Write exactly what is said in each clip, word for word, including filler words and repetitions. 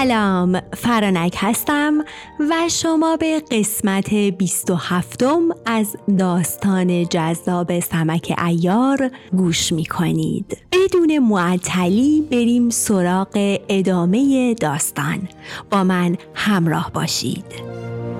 سلام، فرانک هستم و شما به قسمت بیست و هفتم از داستان جذاب سمک عیار گوش می کنید. بدون معطلی بریم سراغ ادامه داستان. با من همراه باشید.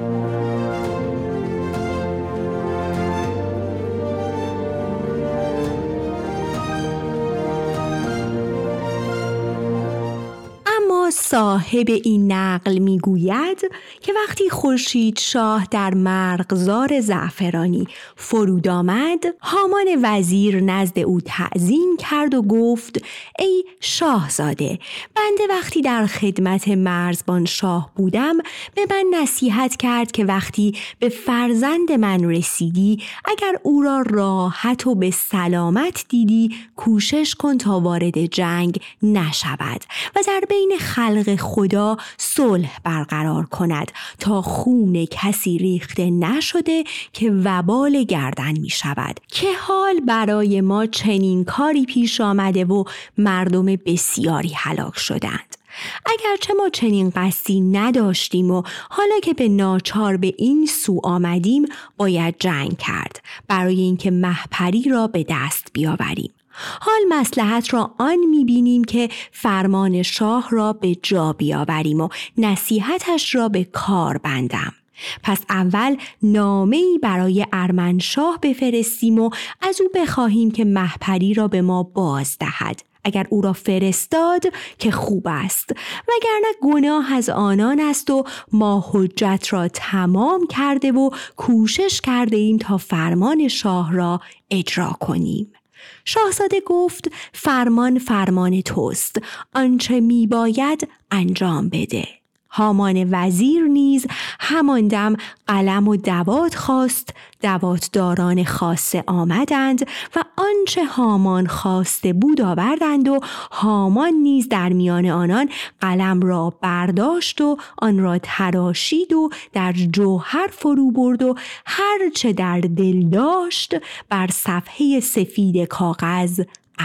صاحب این نقل میگوید که وقتی خورشید شاه در مرغزار زعفرانی فرود آمد، هامان وزیر نزد او تعظیم کرد و گفت: ای شاهزاده، بنده وقتی در خدمت مرزبان شاه بودم به من نصیحت کرد که وقتی به فرزند من رسیدی اگر او را راحت و به سلامت دیدی کوشش کن تا وارد جنگ نشود و در بین خلق خدا صلح برقرار کند تا خون کسی ریخته نشده که وبال گردن می شود، که حال برای ما چنین کاری پیش آمده و مردم بسیاری هلاک شدند. اگرچه ما چنین قصدی نداشتیم و حالا که به ناچار به این سو آمدیم باید جنگ کرد برای اینکه مهپری را به دست بیاوریم. حال مصلحت را آن می‌بینیم که فرمان شاه را به جا بیاوریم و نصیحتش را به کار بندم. پس اول نامه‌ای برای ارمنشاه بفرستیم و از او بخواهیم که مهپری را به ما باز دهد. اگر او را فرستاد که خوب است، وگرنه گناه از آنان است و ما حجت را تمام کرده و کوشش کرده ایم تا فرمان شاه را اجرا کنیم. شاهزاده گفت: فرمان فرمان توست، آنچه می باید انجام بده. هامان وزیر نیز همان دم قلم و دوات خواست. دواتداران خاصه آمدند و آنچه هامان خواسته بود آوردند و هامان نیز در میان آنان قلم را برداشت و آن را تراشید و در جوهر فرو برد و هر چه در دل داشت بر صفحه سفید کاغذ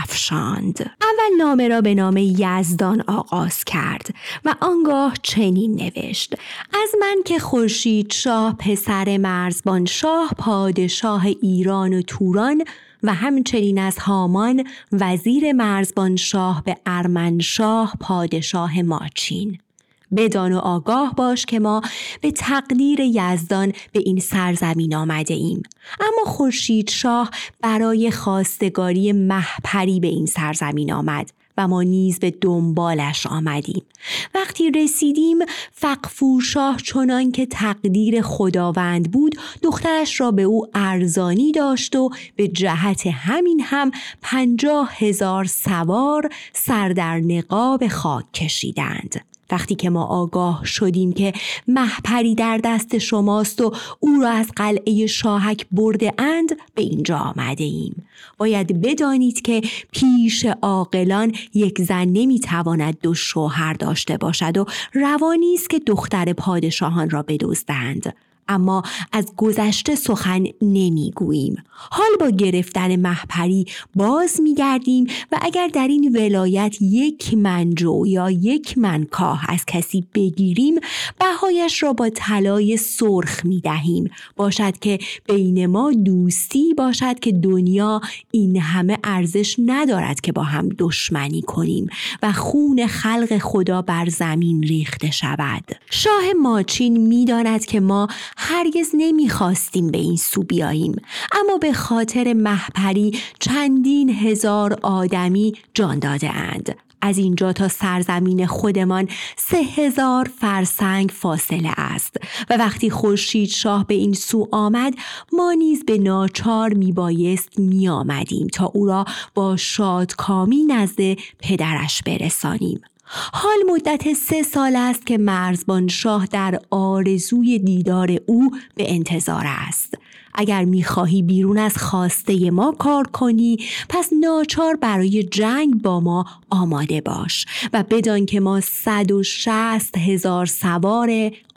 افشاند. اول نامه را به نام یزدان آغاز کرد و آنگاه چنین نوشت: از من که خورشید شاه پسر مرزبان شاه پادشاه ایران و توران و همچنین از هامان وزیر مرزبان شاه به ارمنشاه پادشاه ماچین. بدان و آگاه باش که ما به تقدیر یزدان به این سرزمین آمده ایم، اما خورشید شاه برای خواستگاری مهپری به این سرزمین آمد و ما نیز به دنبالش آمدیم. وقتی رسیدیم فقفور شاه چنان که تقدیر خداوند بود دخترش را به او ارزانی داشت و به جهت همین هم پنجاه هزار سوار سر در نقاب خاک کشیدند. وقتی که ما آگاه شدیم که مهپری در دست شماست و او را از قلعه شاهک برده اند به اینجا آمده ایم. باید بدانید که پیش عاقلان یک زن نمیتواند دو شوهر داشته باشد و روا نیست که دختر پادشاهان را بدزدند. اما از گذشته سخن نمیگوییم. حال با گرفتن مهپری باز میگردیم و اگر در این ولایت یک منجو یا یک منکاه از کسی بگیریم بهایش را با طلای سرخ میدهیم. باشد که بین ما دوستی، باشد که دنیا این همه ارزش ندارد که با هم دشمنی کنیم و خون خلق خدا بر زمین ریخته شود. شاه ماچین میداند که ما هرگز نمیخواستیم به این سو بیاییم، اما به خاطر مهپری چندین هزار آدمی جان داده اند. از اینجا تا سرزمین خودمان سه هزار فرسنگ فاصله است و وقتی خورشید شاه به این سو آمد ما نیز به ناچار میبایست می آمدیم تا او را با شادکامی نزد پدرش برسانیم. حال مدت سه سال است که مرزبان شاه در آرزوی دیدار او به انتظار است. اگر می‌خواهی بیرون از خواسته ما کار کنی پس ناچار برای جنگ با ما آماده باش و بدان که ما صد و شصت هزار سوار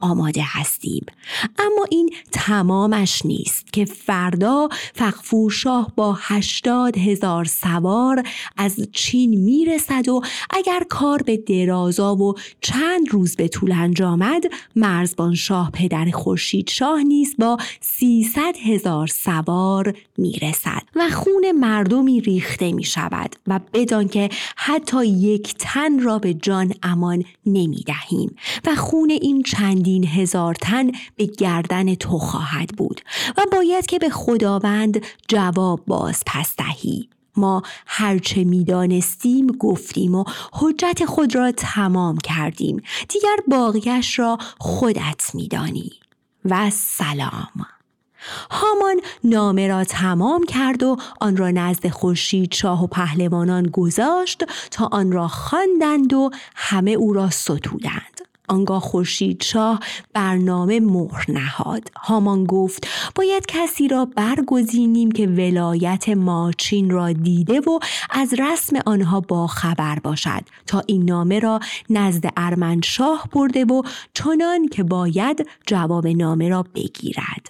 آماده هستیم. اما این تمامش نیست که فردا فغفورشاه با هشتاد هزار سوار از چین میرسد و اگر کار به درازا و چند روز به طول انجامد، مرزبان شاه پدر خورشید شاه نیز با سیصد هزار سوار میرسد و خون مردمی ریخته می شود و بدان که حتی یک تن را به جان امان نمی دهیم و خون این چندین هزار تن به گردن تو خواهد بود و باید که به خداوند جواب باز پس دهی. ما هرچه می دانستیم گفتیم و حجت خود را تمام کردیم، دیگر باقیش را خودت می دانی. و سلام. هامان نامه را تمام کرد و آن را نزد خورشید شاه و پهلوانان گذاشت تا آن را خواندند و همه او را ستودند. آنگاه خورشید شاه برنامه مهر نهاد. هامان گفت باید کسی را برگزینیم که ولایت ماچین را دیده و از رسم آنها با خبر باشد تا این نامه را نزد ارمنشاه برده و چنان که باید جواب نامه را بگیرد.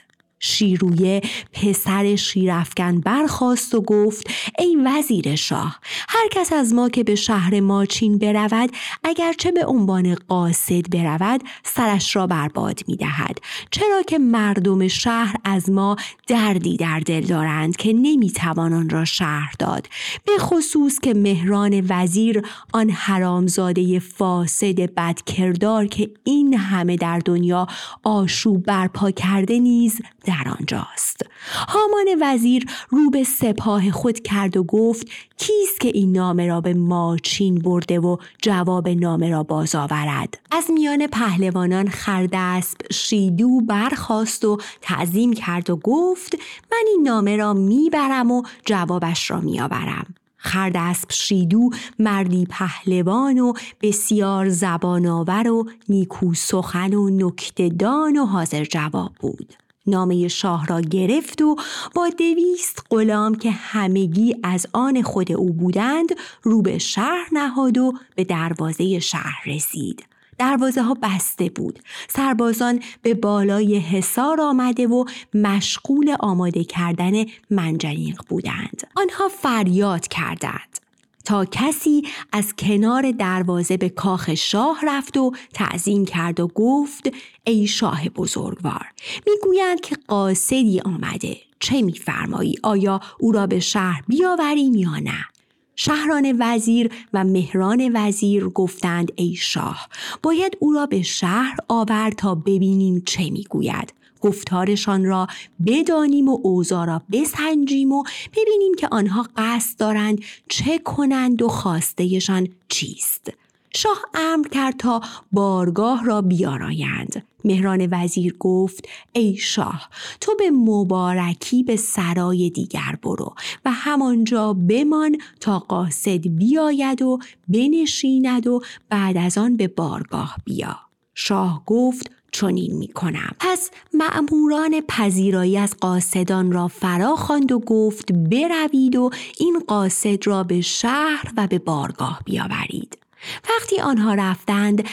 شیرویه پسر شیرافکن برخاست و گفت ای وزیر شاه، هر کس از ما که به شهر ماچین برود اگرچه به عنوان قاصد برود سرش را برباد می دهد، چرا که مردم شهر از ما دردی در دل دارند که نمی توان آن را شرح داد، به خصوص که مهران وزیر آن حرامزاده فاسد بدکردار که این همه در دنیا آشوب برپا کرده نیز در آنجاست. هامان وزیر رو به سپاه خود کرد و گفت کیست که این نامه را به ماچین برده و جواب نامه را باز آورد؟ از میان پهلوانان خردسپ شیدو برخاست و تعظیم کرد و گفت من این نامه را میبرم و جوابش را میآورم. خردسپ شیدو مردی پهلوان و بسیار زبان آور و نیکو سخن و نکته دان و حاضر جواب بود. نامه شاه را گرفت و با دویست غلام که همگی از آن خود او بودند رو به شهر نهاد و به دروازه شهر رسید. دروازه ها بسته بود. سربازان به بالای حصار آمده و مشغول آماده کردن منجنیق بودند. آنها فریاد کردند تا کسی از کنار دروازه به کاخ شاه رفت و تعظیم کرد و گفت ای شاه بزرگوار، میگویند که قاصدی آمده، چه میفرمایی؟ آیا او را به شهر بیاوریم یا نه؟ شهران وزیر و مهران وزیر گفتند ای شاه، باید او را به شهر آورد تا ببینیم چه میگوید. گفتارشان را بدانیم و اوضاع را بسنجیم و ببینیم که آنها قصد دارند چه کنند و خواستهشان چیست. شاه امر کرد تا بارگاه را بیارایند. مهران وزیر گفت ای شاه، تو به مبارکی به سرای دیگر برو و همانجا بمان تا قاصد بیاید و بنشیند و بعد از آن به بارگاه بیا. شاه گفت چنین می کنم. پس مأموران پذیرایی از قاصدان را فرا خواند و گفت بروید و این قاصد را به شهر و به بارگاه بیاورید. وقتی آنها رفتند،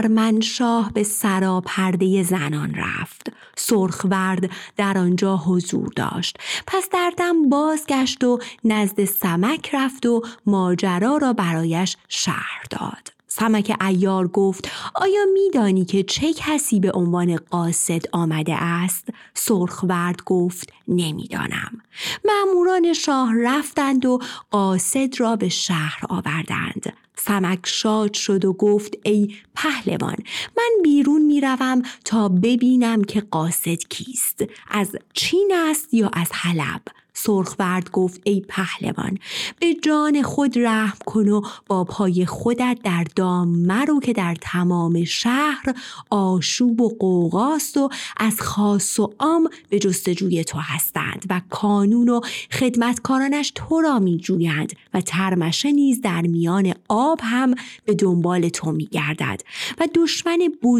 ارمنشاه به سراپرده زنان رفت. سرخورد در آنجا حضور داشت. پس در دم بازگشت و نزد سمک رفت و ماجرا را برایش شرح داد. سمک عیار گفت آیا میدانی که چه کسی به عنوان قاصد آمده است؟ سرخورد گفت نمیدانم. مأموران شاه رفتند و قاصد را به شهر آوردند. سمک شاد شد و گفت ای پهلوان، من بیرون می روم تا ببینم که قاصد کیست، از چین است یا از حلب. سرخورد گفت ای پهلوان، به جان خود رحم کن و با پای خودت در دام مرو که در تمام شهر آشوب و غوغاست و از خاص و عام به جستجوی تو هستند و کانون و خدمتکارانش تو را می جویند و ترمشه نیز در میان آب هم به دنبال تو می گردد و دشمن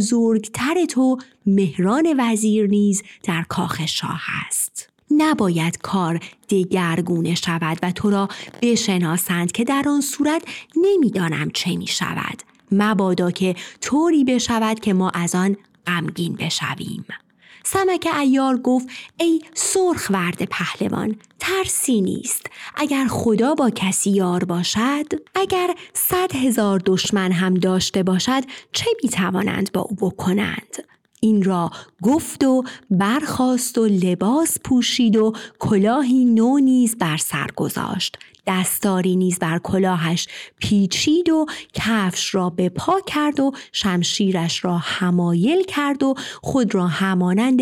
بزرگتر تو مهران وزیر نیز در کاخ شاه است. نباید کار دگرگونه شود و تو را بشناسند که در آن صورت نمیدانم چه می شود. مبادا که طوری بشود که ما از آن غمگین بشویم. سمک عیار گفت ای سرخورد پهلوان، ترسی نیست. اگر خدا با کسی یار باشد، اگر صد هزار دشمن هم داشته باشد، چه میتوانند با او بکنند؟ این را گفت و برخاست و لباس پوشید و کلاهی نو نیز بر سر گذاشت. دستاری نیز بر کلاهش پیچید و کفش را به پا کرد و شمشیرش را حمایل کرد و خود را همانند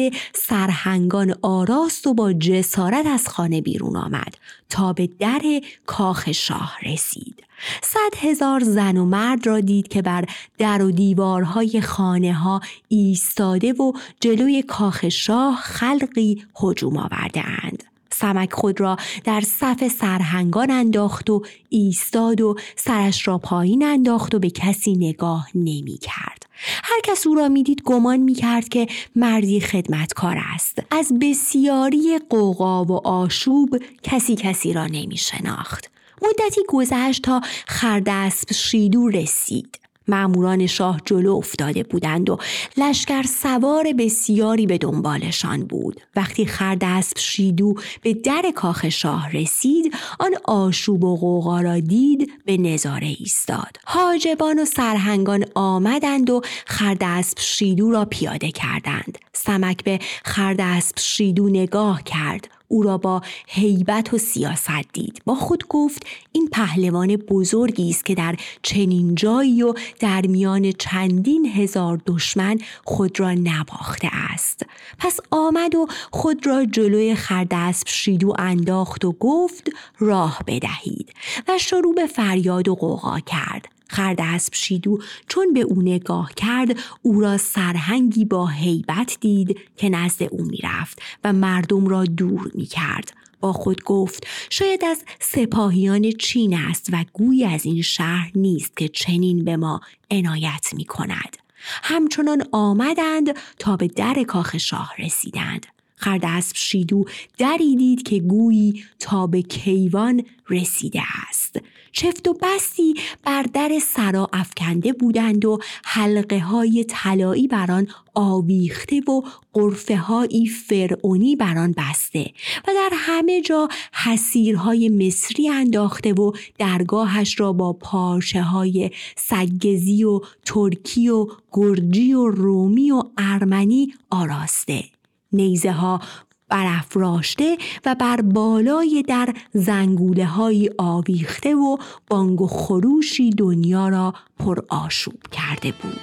سرهنگان آراست و با جسارت از خانه بیرون آمد تا به در کاخ شاه رسید. صد هزار زن و مرد را دید که بر در و دیوارهای خانه ها ایستاده و جلوی کاخ شاه خلقی هجوم آورده اند. سمک خود را در صف سرهنگان انداخت و ایستاد و سرش را پایین انداخت و به کسی نگاه نمی کرد. هر کس او را می دید گمان می کرد که مردی خدمتکار است. از بسیاری غوغا و آشوب کسی کسی را نمی شناخت. مدتی گذشت تا خرداسپ شیدو رسید. ماموران شاه جلو افتاده بودند و لشکر سوار بسیاری به دنبالشان بود. وقتی خرداسپ شیدو به در کاخ شاه رسید، آن آشوب و غوغا را دید، به نظاره ایستاد. حاجبان و سرهنگان آمدند و خرداسپ شیدو را پیاده کردند. سمک به خرداسپ شیدو نگاه کرد. او را با هیبت و سیاست دید. با خود گفت این پهلوان بزرگی است که در چنین جایی و در میان چندین هزار دشمن خود را نباخته است. پس آمد و خود را جلوی خرداسپ شیدو انداخت و گفت راه بدهید و شروع به فریاد و غوغا کرد. خرداسپ شیدو چون به او نگاه کرد، او را سرهنگی با هیبت دید که نزد او می رفت و مردم را دور می کرد. با خود گفت شاید از سپاهیان چین است و گویی از این شهر نیست که چنین به ما عنایت می کند. همچنان آمدند تا به در کاخ شاه رسیدند. خرداسپ شیدو دری دید که گویی تا به کیوان رسیده است. چفت و بستی بر در سرا افکنده بودند و حلقه های طلایی بر آن آویخته و غرفه هایی فرعونی بر آن بسته و در همه جا حصیرهای مصری انداخته و درگاهش را با پارچه های سگزی و ترکی و گرجی و رومی و ارمنی آراسته. نیزه ها برافراشته و بر بالای در زنگوله های آویخته و بانگ و خروشی دنیا را پر آشوب کرده بود.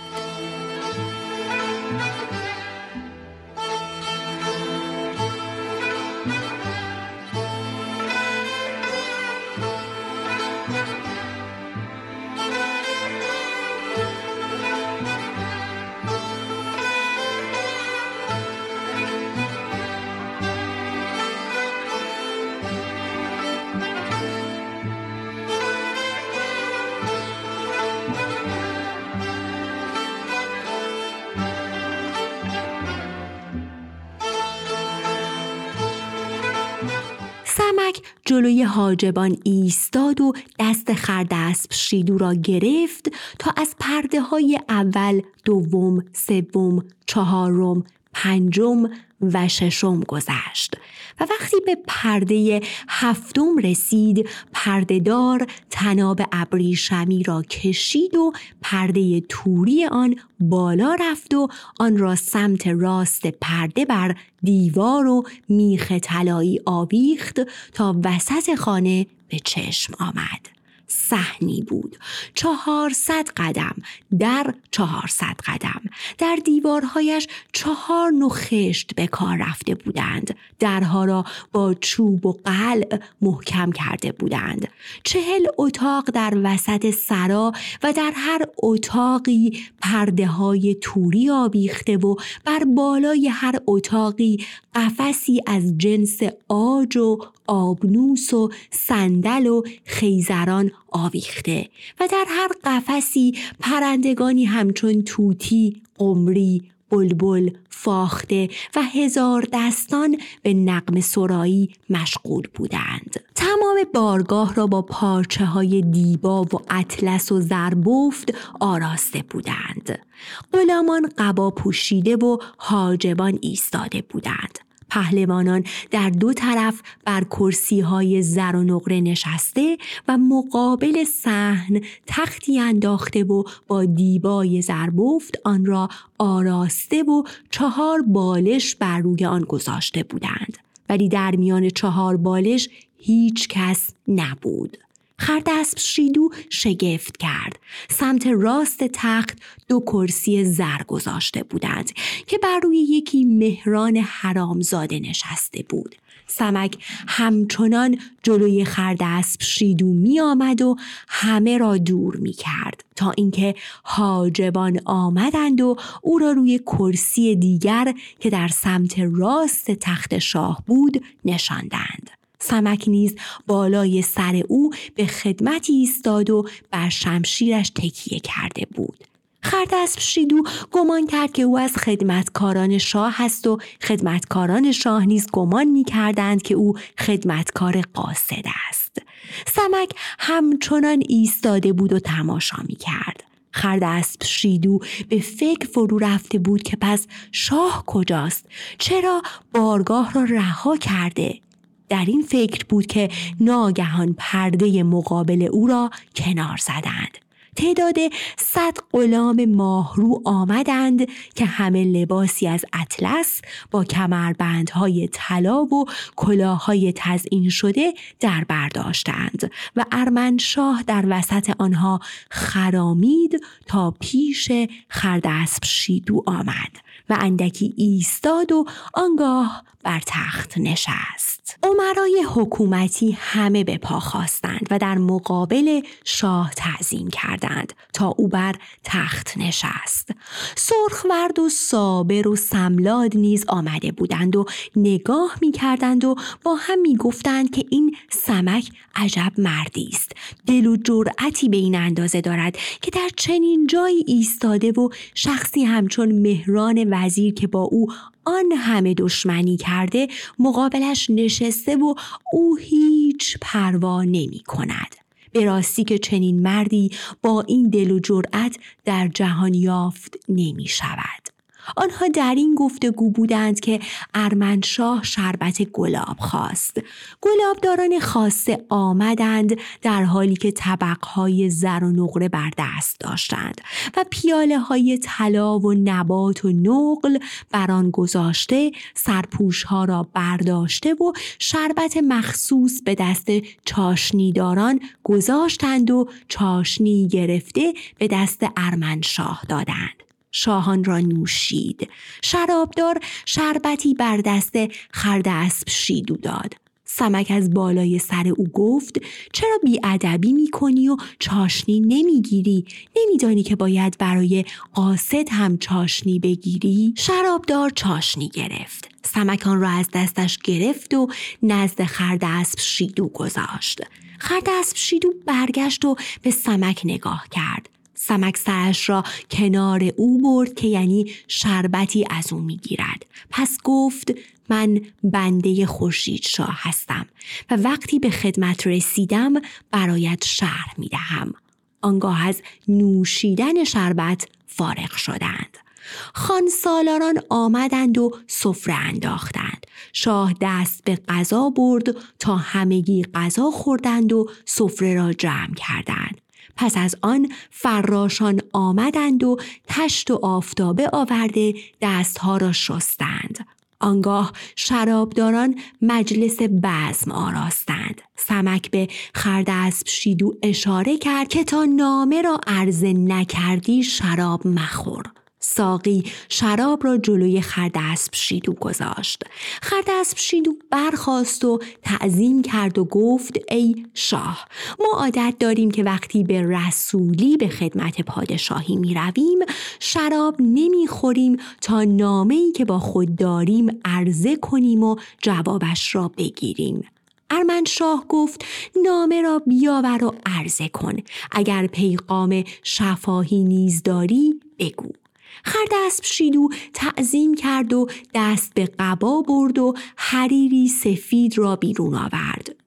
سمک جلوی حاجبان ایستاد و دست خرداسپ شیدو را گرفت تا از پرده های اول، دوم، سوم، چهارم، پنجم و ششم گذشت و وقتی به پرده هفتم رسید، پردهدار طناب ابریشمی را کشید و پرده توری آن بالا رفت و آن را سمت راست پرده بر دیوار و میخ طلایی آویخت تا وسط خانه به چشم آمد. صحنی بود چهارصد قدم در چهارصد قدم. در دیوارهایش چهار نوع خشت به کار رفته بودند. درها را با چوب و قلع محکم کرده بودند. چهل اتاق در وسط سرا و در هر اتاقی پرده های توری آویخته و بر بالای هر اتاقی قفسی از جنس عاج و آبنوس و صندل و خیزران آویخته و در هر قفسی پرندگانی همچون طوطی، قمری، بلبل، فاخته و هزار دستان به نغمه سرایی مشغول بودند. تمام بارگاه را با پارچه های دیبا و اطلس و زربفت آراسته بودند. غلامان قبا پوشیده و حاجبان ایستاده بودند. پهلوانان در دو طرف بر کرسی‌های زر و نقره نشسته و مقابل صحن تختی انداخته و با دیبای زربفت آن را آراسته و چهار بالش بر روی آن گذاشته بودند. ولی در میان چهار بالش هیچ کس نبود. خرداسپ شیدو شگفت کرد. سمت راست تخت دو کرسی زر گذاشته بودند که بر روی یکی مهران حرامزاده نشسته بود. سمک همچنان جلوی خرداسپ شیدو می آمد و همه را دور می کرد تا اینکه حاجبان آمدند و او را روی کرسی دیگر که در سمت راست تخت شاه بود نشاندند. سمک نیز بالای سر او به خدمت ایستاد و بر شمشیرش تکیه کرده بود. خرداسپ شیدو گمان کرد که او از خدمتکاران شاه است و خدمتکاران شاه نیز گمان می کردند که او خدمتکار قاصد است. سمک همچنان ایستاده بود و تماشا می کرد. خرداسپ شیدو به فکر فرو رفته بود که پس شاه کجاست؟ چرا بارگاه را رها کرده؟ در این فکر بود که ناگهان پرده مقابل او را کنار زدند. تعداد صد غلام ماهرو آمدند که همه لباسی از اطلس با کمربندهای طلا و کلاههای تزیین شده در بر داشتند و ارمنشاه در وسط آنها خرامید تا پیش خرداسپ شیدو آمد و اندکی ایستاد و آنگاه بر تخت نشست. امرای حکومتی همه به پا خاستند و در مقابل شاه تعظیم کردند تا او بر تخت نشست. سرخورد و صابر و سملاد نیز آمده بودند و نگاه می کردند و با هم می گفتند که این سمک عجب مردی است. دل و جرأتی به این اندازه دارد که در چنین جایی ایستاده و شخصی همچون مهران وزیر که با او آن همه دشمنی کرده مقابلش نشسته و او هیچ پروا نمی کند. به راستی که چنین مردی با این دل و جرأت در جهان یافت نمی شود. آنها در این گفتگو بودند که ارمنشاه شربت گلاب خواست. گلابداران خاصه آمدند در حالی که طبقهای زر و نقره بر دست داشتند و پیاله های طلا و نبات و نقل بر آن گذاشته، سرپوشها را برداشته و شربت مخصوص به دست چاشنیداران گذاشتند و چاشنی گرفته به دست ارمنشاه دادند. شاهان را نوشید. شرابدار شربتی بر دست خرداسپ شیدو داد. سمک از بالای سر او گفت چرا بی‌ادبی می‌کنی و چاشنی نمی‌گیری؟ نمی‌دانی که باید برای قاصد هم چاشنی بگیری؟ شرابدار چاشنی گرفت. سمک آن را از دستش گرفت و نزد خرداسپ شیدو گذاشت. خرداسپ شیدو برگشت و به سمک نگاه کرد. سمک سرش را کنار او برد که یعنی شربتی از او میگیرد. پس گفت من بنده خورشید شاه هستم و وقتی به خدمت رسیدم برایت شرح میدهم. آنگاه از نوشیدن شربت فارغ شدند. خانسالاران آمدند و سفره انداختند. شاه دست به غذا برد تا همگی غذا خوردند و سفره را جمع کردند. پس از آن فراشان آمدند و تشت و آفتابه آورده دستها را شستند. آنگاه شرابداران مجلس بزم آراستند. سمک به خرداسپ شیدو اشاره کرد که تا نامه را عرضه نکردی شراب مخور. ساقی شراب را جلوی خرداسپ شیدو گذاشت. خرداسپ شیدو برخاست و تعظیم کرد و گفت ای شاه، ما عادت داریم که وقتی به رسولی به خدمت پادشاهی می رویم شراب نمی خوریم تا نامه‌ای که با خود داریم عرضه کنیم و جوابش را بگیریم. ارمنشاه گفت نامه را بیاور و عرضه کن. اگر پیغام شفاهی نیز داری بگو. خرداسپ شیدو تعظیم کرد و دست به قبا برد و حریری سفید را بیرون آورد.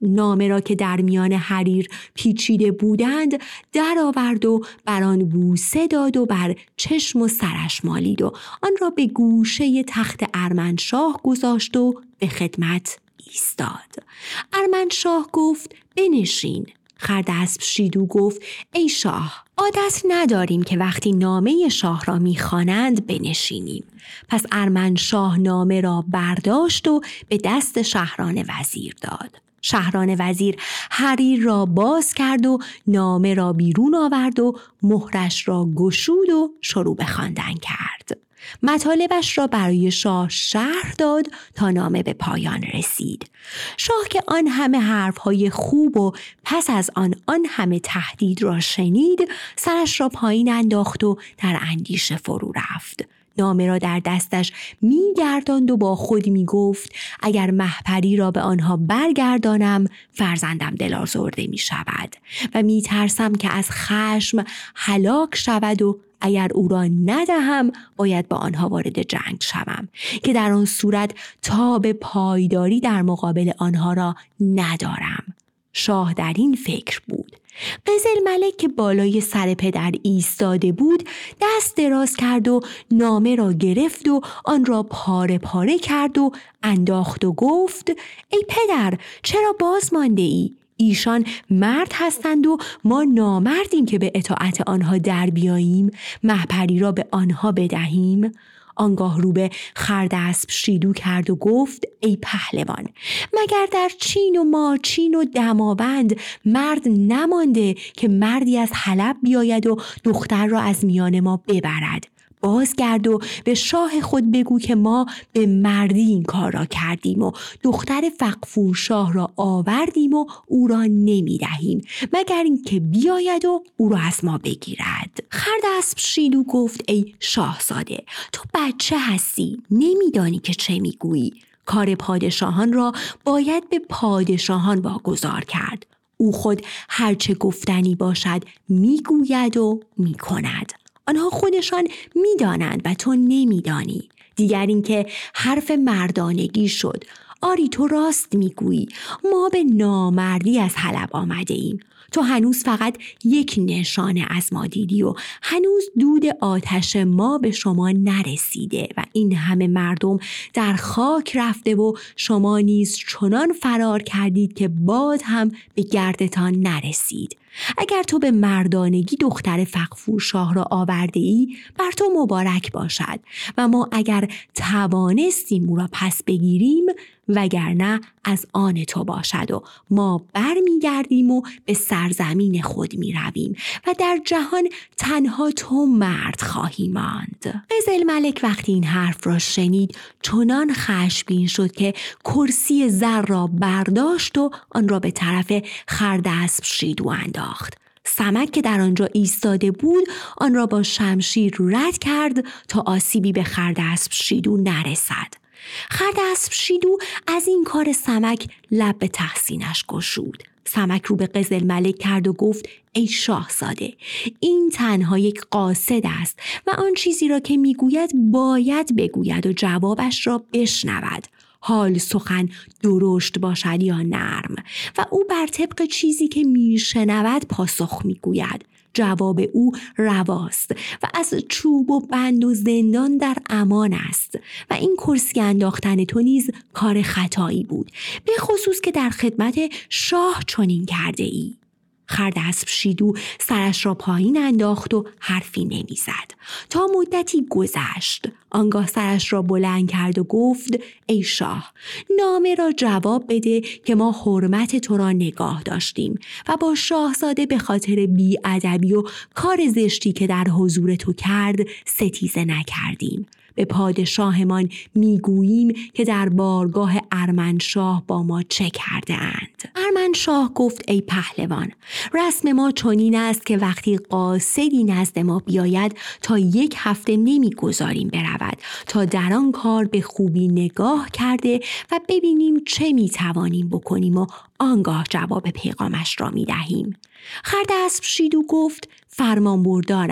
نامه را که در میان حریر پیچیده بودند در آورد و بر آن بوسه داد و بر چشم و سرش مالید و آن را به گوشه تخت ارمنشاه گذاشت و به خدمت ایستاد. ارمنشاه گفت بنشین. خرداسپ شیدو گفت ای شاه، عادت نداریم که وقتی نامه شاه را می‌خوانند بنشینیم. پس ارمنشاه نامه را برداشت و به دست شهران وزیر داد. شهران وزیر حریر را باز کرد و نامه را بیرون آورد و مهرش را گشود و شروع به خواندن کرد. مطالبش را برای شاه شرح داد تا نامه به پایان رسید. شاه که آن همه حرفهای خوب و پس از آن آن همه تهدید را شنید، سرش را پایین انداخت و در اندیشه فرو رفت. نامه را در دستش می گرداند و با خود می گفت اگر مهپری را به آنها برگردانم فرزندم دل‌آزرده می شود و می ترسم که از خشم هلاک شود و اگر او را ندهم باید با آنها وارد جنگ شوم که در آن صورت تاب پایداری در مقابل آنها را ندارم. شاه در این فکر بود. قزلملک که بالای سر پدر ایستاده بود دست دراز کرد و نامه را گرفت و آن را پاره پاره کرد و انداخت و گفت ای پدر، چرا باز مانده ای؟ ایشان مرد هستند و ما نامردیم که به اطاعت آنها در بیاییم، مهپری را به آنها بدهیم. آنگاه رو به خرداسپ شیدو کرد و گفت ای پهلوان، مگر در چین و ماچین و دماوند مرد نمانده که مردی از حلب بیاید و دختر را از میان ما ببرد؟ بازگرد و به شاه خود بگو که ما به مردی این کار را کردیم و دختر فغفور شاه را آوردیم و او را نمی دهیم مگر این که بیاید و او را از ما بگیرد. خرداسپ شیدو گفت ای شاهزاده، تو بچه هستی، نمیدانی که چه میگویی. کار پادشاهان را باید به پادشاهان واگذار کرد. او خود هرچه گفتنی باشد میگوید و میکند. آنها خودشان میدانند و تو نمیدانی. دیگر اینکه حرف مردانگی شد. آری تو راست میگویی، ما به نامردی از حلب آمده ایم. تو هنوز فقط یک نشانه از ما دیدی و هنوز دود آتش ما به شما نرسیده و این همه مردم در خاک رفته و شما نیز چنان فرار کردید که باد هم به گردتان نرسید. اگر تو به مردانگی دختر فغفور شاه را آورده ای بر تو مبارک باشد و ما اگر توانستیم او را پس بگیریم وگرنه از آن تو باشد و ما بر می گردیم و به سرزمین خود می رویم و در جهان تنها تو مرد خواهی ماند. قزلملک وقتی این حرف را شنید چنان خشمگین شد که کرسی زر را برداشت و آن را به طرف خرداسپ شیدو انداخت. سمک که در آنجا ایستاده بود آن را با شمشیر رد کرد تا آسیبی به خرداسپ شیدو نرسد. خرداسپ شیدو از این کار سمک لب به تحسینش گشود. سمک رو به قزلملک کرد و گفت ای شاهزاده، این تنها یک قاصد است و آن چیزی را که میگوید باید بگوید و جوابش را بشنود. حال سخن درشت باشد یا نرم و او بر طبق چیزی که میشنود پاسخ میگوید. جواب او رواست و از چوب و بند و زندان در امان است و این کرسی انداختن تو نیز کار خطایی بود، به خصوص که در خدمت شاه چنین کرده ای. خرداسپ شیدو سرش را پایین انداخت و حرفی نمیزد تا مدتی گذشت. آنگاه سرش را بلند کرد و گفت ای شاه، نامه را جواب بده که ما حرمت تو را نگاه داشتیم و با شاهزاده به خاطر بی‌ادبی و کار زشتی که در حضور تو کرد ستیزه نکردیم. به پادشاهمان میگوییم که در بارگاه ارمنشاه با ما چه کرده اند. ارمنشاه گفت ای پهلوان، رسم ما چنین است که وقتی قاصدی نزد ما بیاید تا یک هفته نمیگذاریم برود تا در آن کار به خوبی نگاه کرده و ببینیم چه میتوانیم بکنیم و آنگاه جواب پیغامش را میدهیم. خرداسپ شیدو گفت فرمان بردارم،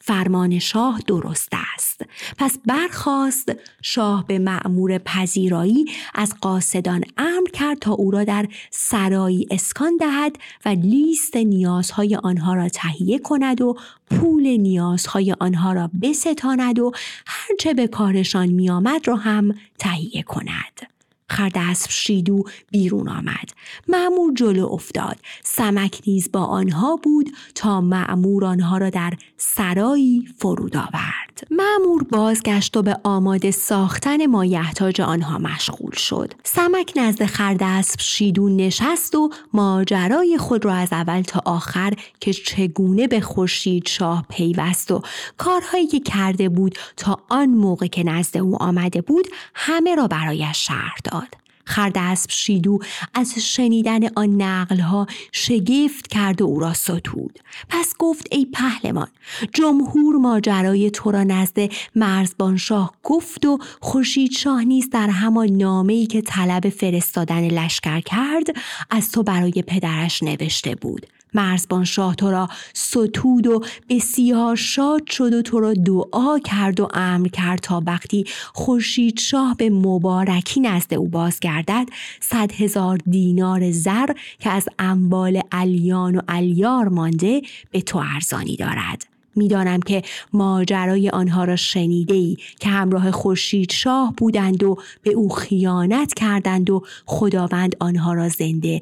فرمان شاه درست است. پس برخاست. شاه به مأمور پذیرایی از قاصدان امر کرد تا او را در سرایی اسکان دهد و لیست نیازهای آنها را تهیه کند و پول نیازهای آنها را بستاند و هرچه به کارشان می آمد را هم تهیه کند. خرداسپ شیدو بیرون آمد. مأمور جلو افتاد. سمک نیز با آنها بود تا مأمور آنها را در سرایی فرود آورد. مأمور بازگشت و به آماده ساختن مایحتاج آنها مشغول شد. سمک نزد خرداسپ شیدو نشست و ماجرای خود را از اول تا آخر که چگونه به خورشید شاه پیوست و کارهایی که کرده بود تا آن موقع که نزد او آمده بود همه را برایش شرح داد. خرداسپ شیدو از شنیدن آن نقلها شگفت کرد و او را ستود. پس گفت ای پهلوان، جمهور ماجرای تو را نزد مرزبان شاه گفت و خورشید شاه نیز در همان نامه‌ای که طلب فرستادن لشکر کرد از تو برای پدرش نوشته بود. مرزبان شاه تو را ستود و بسیار شاد شد و تو را دعا کرد و امر کرد تا وقتی خورشید شاه به مبارکی نزد او بازگردد صد هزار دینار زر که از اموال الیان و الیار مانده به تو ارزانی دارد. میدانم که ماجرای آنها را شنیده‌ای که همراه خورشید شاه بودند و به او خیانت کردند و خداوند آنها را زنده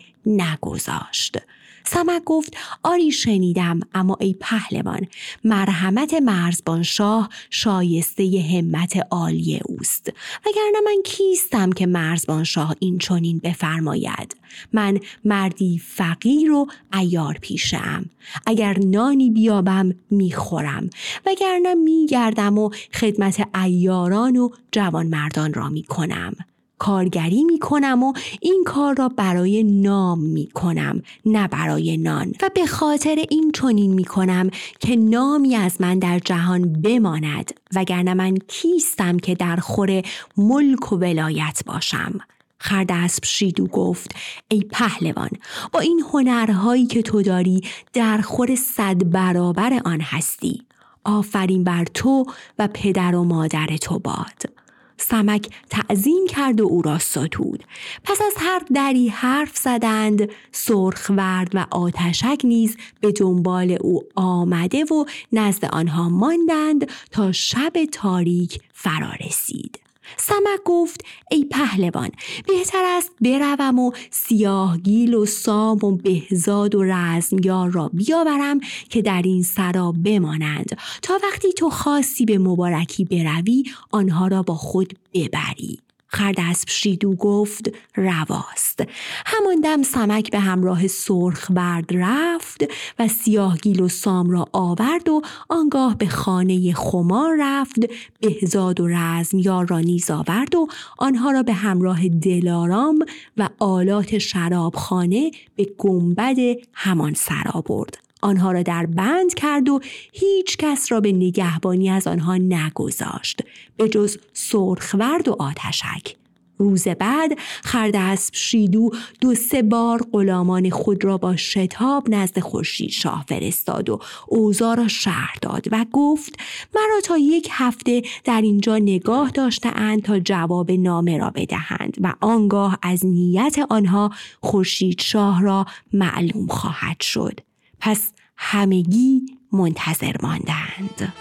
نگذاشت. سمک گفت آری شنیدم، اما ای پهلوان، مرحمت مرزبان شاه شایسته همت عالی اوست، وگرنه من کیستم که مرزبان شاه این چنین بفرماید؟ من مردی فقیر و عیار پیشه‌ام. اگر نانی بیابم میخورم، وگرنه میگردم و خدمت عیاران و جوانمردان را میکنم. کارگری می کنم و این کار را برای نام می کنم، نه برای نان، و به خاطر این چنین می کنم که نامی از من در جهان بماند، وگرنه من کیستم که در خور ملک و ولایت باشم. خرداسپ شیدو گفت ای پهلوان، با این هنرهایی که تو داری در خور صد برابر آن هستی. آفرین بر تو و پدر و مادر تو باد. سمک تعظیم کرد و او را ستود. پس از هر دری حرف زدند. سرخورد و آتشک نیز به دنبال او آمده و نزد آنها ماندند تا شب تاریک فرا رسید. سمک گفت ای پهلوان، بهتر است بروم و سیاهگیل و سام و بهزاد و رزمیار را بیاورم که در این سرا بمانند تا وقتی تو خواستی به مبارکی بروی آنها را با خود ببری. خرداسپ شیدو گفت رواست. همان دم سمک به همراه سرخورد رفت و سیاهگیل و سام را آورد و آنگاه به خانه خمار رفت. بهزاد و رزمیار را نیز آورد و آنها را به همراه دلارام و آلات شرابخانه به گنبد همان سرا برد. آنها را در بند کرد و هیچ کس را به نگهبانی از آنها نگذاشت به جز سرخورد و آتشک. روز بعد خرداسپ شیدو دو سه بار غلامان خود را با شتاب نزد خورشید شاه فرستاد و اوضاع را شرح داد و گفت مرا تا یک هفته در اینجا نگاه داشته‌اند تا جواب نامه را بدهند و آنگاه از نیت آنها خورشید شاه را معلوم خواهد شد. پس همگی منتظر ماندند.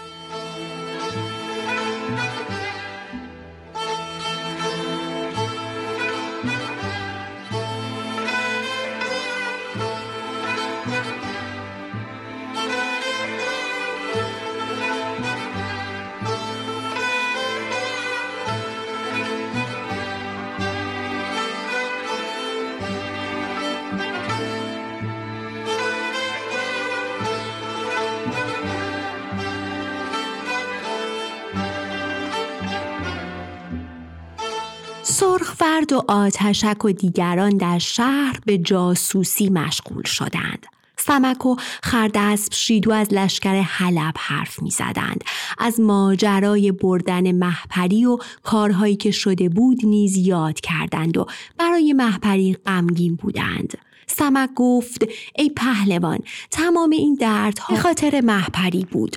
سرخورد و آتشک و دیگران در شهر به جاسوسی مشغول شدند. سمک و خرداسپ شیدو از لشکر حلب حرف می زدند. از ماجرای بردن مهپری و کارهایی که شده بود نیز یاد کردند و برای مهپری غمگین بودند. سمک گفت ای پهلوان، تمام این دردها به خاطر مهپری بود.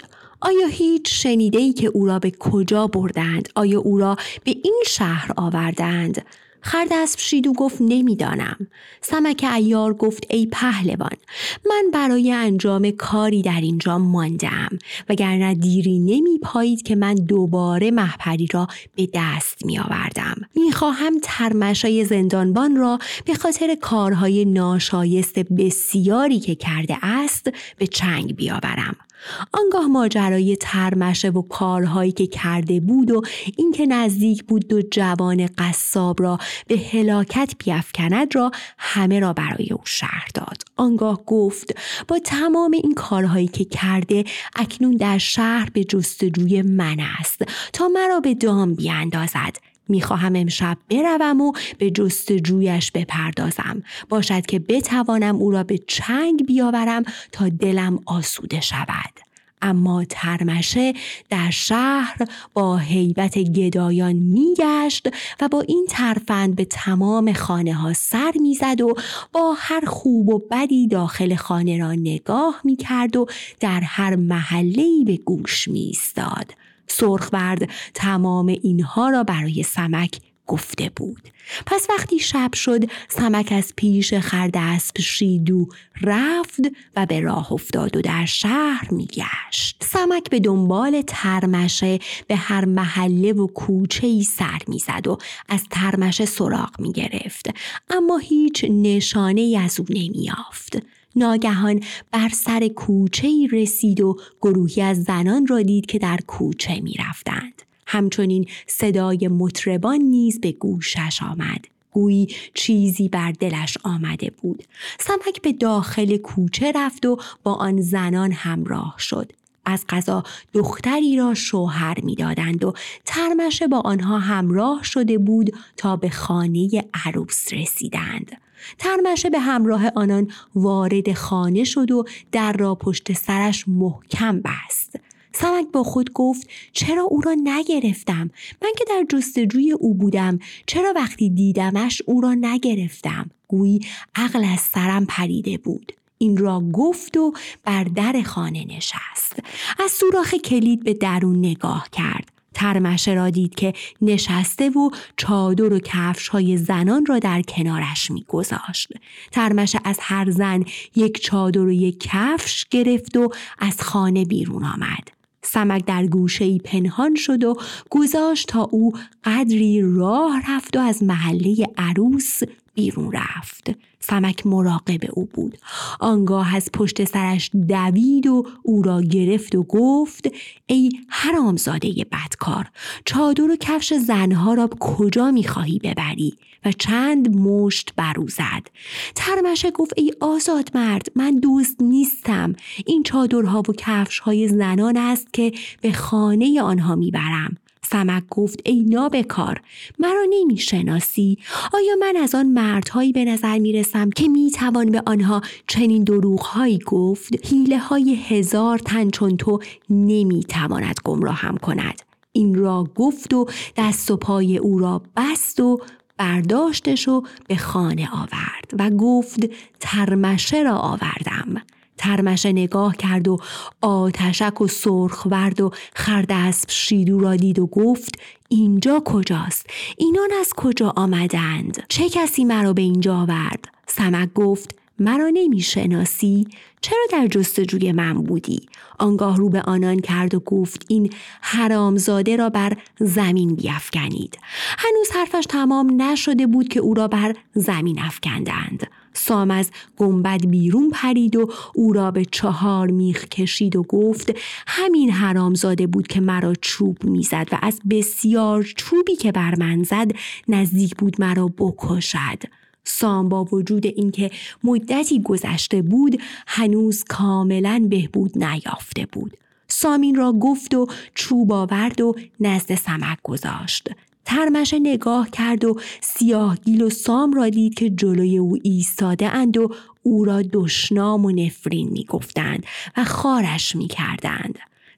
آیا هیچ شنیده‌ای که او را به کجا بردند؟ آیا او را به این شهر آوردند؟ خرداسب شیدو گفت نمیدانم. سمک عیار گفت ای پهلوان، من برای انجام کاری در اینجا ماندم، وگرنه دیری نمی پایید که من دوباره مهپری را به دست می آوردم. می خواهم ترمشای زندانبان را به خاطر کارهای ناشایست بسیاری که کرده است به چنگ بیاورم. آنگاه ماجرای ترمشه و کارهایی که کرده بود و اینکه نزدیک بود دو جوان قصاب را به هلاکت بیفکند را همه را برای او شرح داد. آنگاه گفت با تمام این کارهایی که کرده اکنون در شهر به جستجوی من است تا مرا به دام بیاندازد. میخواهم امشب بروم و به جستجویش بپردازم، باشد که بتوانم او را به چنگ بیاورم تا دلم آسوده شود. اما ترمشه در شهر با هیبت گدایان میگشت و با این ترفند به تمام خانه ها سر میزد و با هر خوب و بدی داخل خانه را نگاه میکرد و در هر محله‌ای به گوش میایستاد. سرخورد تمام اینها را برای سمک گفته بود. پس وقتی شب شد سمک از پیش خرداسب شیدو رفت و به راه افتاد و در شهر میگشت. سمک به دنبال ترمشه به هر محله و کوچه‌ای سر میزد و از ترمشه سراغ میگرفت، اما هیچ نشانه‌ای از او نمی‌یافت. ناگهان بر سر کوچه‌ای رسید و گروهی از زنان را دید که در کوچه می رفتند. همچنین صدای مطربان نیز به گوشش آمد. گویی چیزی بر دلش آمده بود. سمک به داخل کوچه رفت و با آن زنان همراه شد. از قضا دختری را شوهر می دادند و ترمشه با آنها همراه شده بود تا به خانه عروس رسیدند. ترمشه به همراه آنان وارد خانه شد و در را پشت سرش محکم بست. سمک با خود گفت چرا او را نگرفتم؟ من که در جستجوی او بودم، چرا وقتی دیدمش او را نگرفتم؟ گویی عقل از سرم پریده بود. این را گفت و بر در خانه نشست. از سوراخ کلید به درون نگاه کرد. ترمشه را دید که نشسته و چادر و کفش های زنان را در کنارش می گذاشت. ترمشه از هر زن یک چادر و یک کفش گرفت و از خانه بیرون آمد. سمک در گوشه‌ای پنهان شد و گذاشت تا او قدری راه رفت و از محله عروس بیرون رفت. سمک مراقب او بود. آنگاه از پشت سرش دوید و او را گرفت و گفت ای حرامزاده بدکار، چادر و کفش زنها را کجا می‌خواهی ببری؟ و چند مشت بر او زد. ترمشه گفت ای آزاد مرد، من دزد نیستم. این چادرها و کفش‌های زنان است که به خانه آنها میبرم. سمک گفت ای نابکار، مرا نمیشناسی؟ آیا من از آن مردهایی به نظر میرسم که میتوان به آنها چنین دروغهایی گفت؟ حیله های هزار تن چون تو نمیتواند گمراهم کند. این را گفت و دست و پای او را بست و برداشتش و به خانه آورد و گفت ترمشه را آوردم. ترمشه نگاه کرد و آتشک و سرخورد و خرداسب شیدو را دید و گفت اینجا کجاست؟ اینان از کجا آمدند؟ چه کسی مرا به اینجا آورد؟ سمک گفت مرا نمی شناسی؟ چرا در جستجوی من بودی؟ آنگاه رو به آنان کرد و گفت این حرامزاده را بر زمین بیفکنید. هنوز حرفش تمام نشده بود که او را بر زمین افکندند. سام از گنبد بیرون پرید و او را به چهار میخ کشید و گفت همین حرامزاده بود که مرا چوب میزد و از بسیار چوبی که بر من زد نزدیک بود مرا بکشد. سام با وجود اینکه مدتی گذشته بود هنوز کاملا بهبود نیافته بود. سام این را گفت و چوب آورد و نزد سمک گذاشت. ترمشه نگاه کرد و سیاهگیل و سام را دید که جلوی او ایستاده اند و او را دشنام و نفرین می گفتند و خارش می کردند.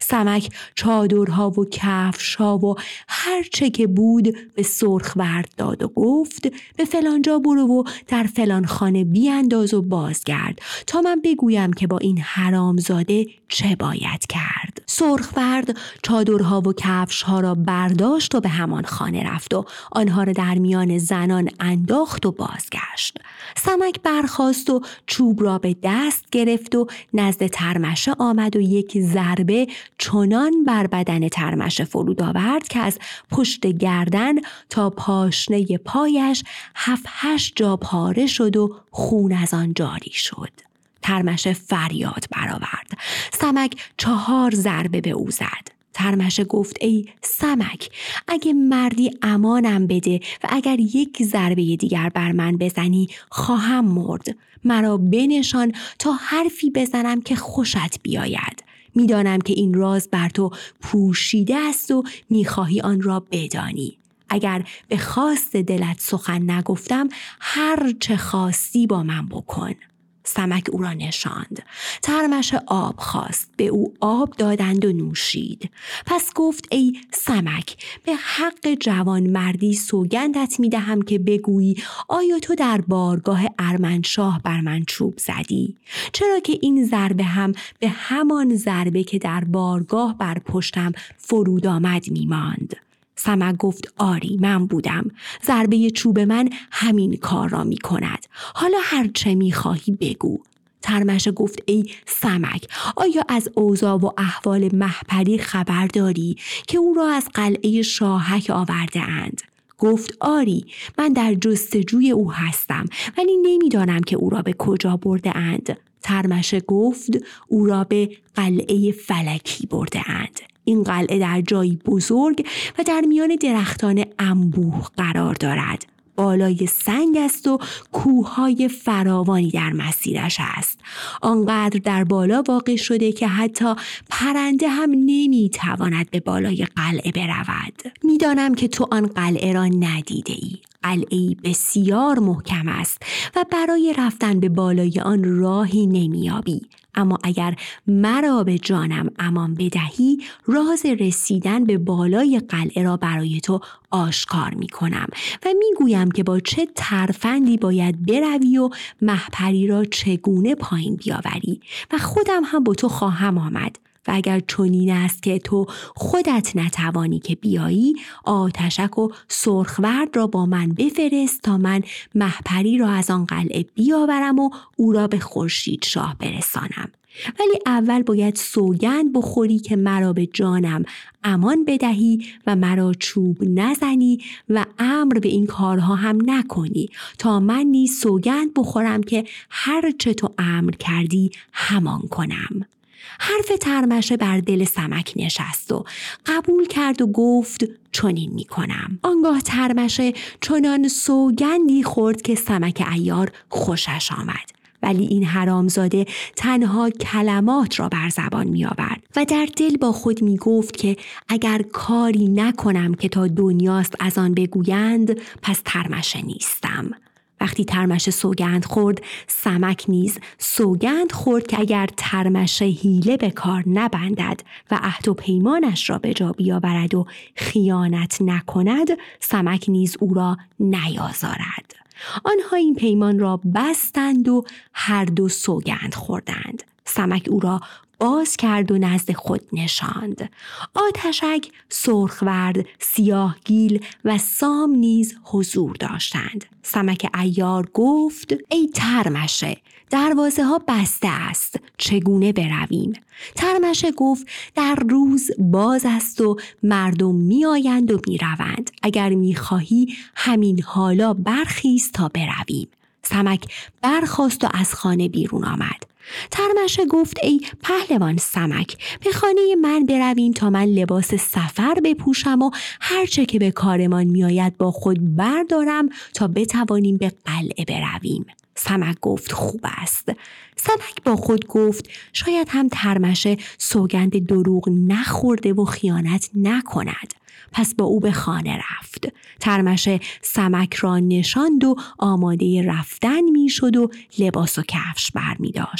سمک چادرها و کفشها و هر چه که بود به سرخورد داد و گفت به فلانجا برو و در فلان خانه بیانداز و بازگرد تا من بگویم که با این حرامزاده چه باید کرد. سرخورد چادرها و کفشها را برداشت و به همان خانه رفت و آنها را در میان زنان انداخت و بازگشت. سمک برخاست و چوب را به دست گرفت و نزد ترمشه آمد و یک ضربه چنان بر بدن ترمشه فرود آورد که از پشت گردن تا پاشنه پایش هفت هشت جا پاره شد و خون از آن جاری شد. ترمشه فریاد برآورد. سمک چهار ضربه به او زد. ترمشه گفت ای سمک، اگه مردی امانم بده و اگر یک ضربه دیگر بر من بزنی خواهم مرد. مرا بنشان تا حرفی بزنم که خوشت بیاید. میدانم که این راز بر تو پوشیده است و میخواهی آن را بدانی. اگر به خواست دلت سخن نگفتم هر چه خواستی با من بکن. سمک او را نشاند. ترمشه آب خواست. به او آب دادند و نوشید. پس گفت ای سمک، به حق جوان مردی سوگندت می دهم که بگویی آیا تو در بارگاه ارمنشاه بر من چوب زدی؟ چرا که این ضربه هم به همان ضربه که در بارگاه بر پشتم فرود آمد می ماند. سمک گفت آری من بودم. ضربه چوب من همین کار را می کند. حالا هر چه می خواهی بگو. ترمشه گفت ای سمک، آیا از اوضاع و احوال مهپری خبر داری که او را از قلعه شاهک آورده اند؟ گفت آری من در جستجوی او هستم ولی نمیدانم که او را به کجا برده اند. ترمشه گفت او را به قلعه فلکی برده اند. این قلعه در جایی بزرگ و در میان درختان انبوه قرار دارد. بالای سنگ است و کوههای فراوانی در مسیرش است. آنقدر در بالا واقع شده که حتی پرنده هم نمیتواند به بالای قلعه برود. میدانم که تو آن قلعه را ندیده ای. قلعه‌ای بسیار محکم است و برای رفتن به بالای آن راهی نمیابی. اما اگر مرا به جانم امان بدهی راز رسیدن به بالای قلعه را برای تو آشکار می کنم و می گویم که با چه ترفندی باید بروی و مهپری را چگونه پایین بیاوری و خودم هم با تو خواهم آمد. و اگر چنین است که تو خودت نتوانی که بیایی، آتشک و سرخورد را با من بفرست تا من مهپری را از آن قلعه بیاورم و او را به خورشید شاه برسانم. ولی اول باید سوگند بخوری که مرا به جانم امان بدهی و مرا چوب نزنی و امر به این کارها هم نکنی تا من نیز سوگند بخورم که هر چه تو امر کردی همان کنم. حرف ترمشه بر دل سمک نشست و قبول کرد و گفت چنین می کنم. آنگاه ترمشه چنان سوگندی خورد که سمک عیار خوشش آمد. ولی این حرامزاده تنها کلمات را بر زبان می آورد و در دل با خود می گفت که اگر کاری نکنم که تا دنیاست از آن بگویند پس ترمشه نیستم. وقتی ترمشه سوگند خورد، سمک نیز سوگند خورد که اگر ترمشه حیله به کار نبندد و عهد و پیمانش را به جا بیاورد و خیانت نکند، سمک نیز او را نیازارد. آنها این پیمان را بستند و هر دو سوگند خوردند. سمک او را باز کرد و نزد خود نشاند. آتشک، سرخورد، سیاهگیل و سام نیز حضور داشتند. سمک عیار گفت ای ترمشه، دروازه ها بسته است، چگونه برویم؟ ترمشه گفت در روز باز است و مردم می آیند و می روند. اگر می خواهی همین حالا برخیز تا برویم. سمک برخاست و از خانه بیرون آمد. ترمشه گفت ای پهلوان سمک، به خانه من برویم تا من لباس سفر بپوشم و هرچه که به کارمان میآید با خود بردارم تا بتوانیم به قلعه برویم. سمک گفت خوب است. سمک با خود گفت شاید هم ترمشه سوگند دروغ نخورده و خیانت نکند. پس با او به خانه رفت. ترمشه سمک را نشاند و آماده رفتن می شد و لباس و کفش بر می داشت.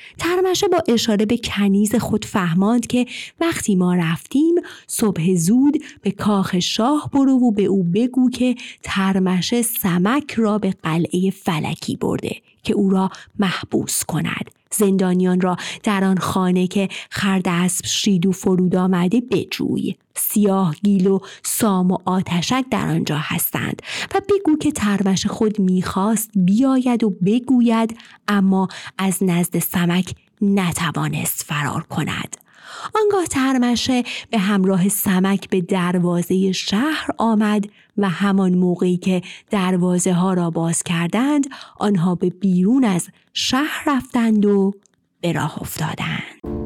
ترمشه با اشاره به کنیز خود فهماند که وقتی ما رفتیم صبح زود به کاخ شاه برو و به او بگو که ترمشه سمک را به قلعه فلکی برده که او را محبوس کند. زندانیان را در آن خانه که خرداسب شیدو فرود آمده بجوی. سیاه گیل و سام و آتشک در آنجا هستند و بگو که ترمشه خود میخواست بیاید و بگوید اما از نزد سمک نتوانست فرار کند. آنگاه ترمشه به همراه سمک به دروازه شهر آمد و همان موقعی که دروازه ها را باز کردند آنها به بیرون از شهر رفتند و به راه افتادند.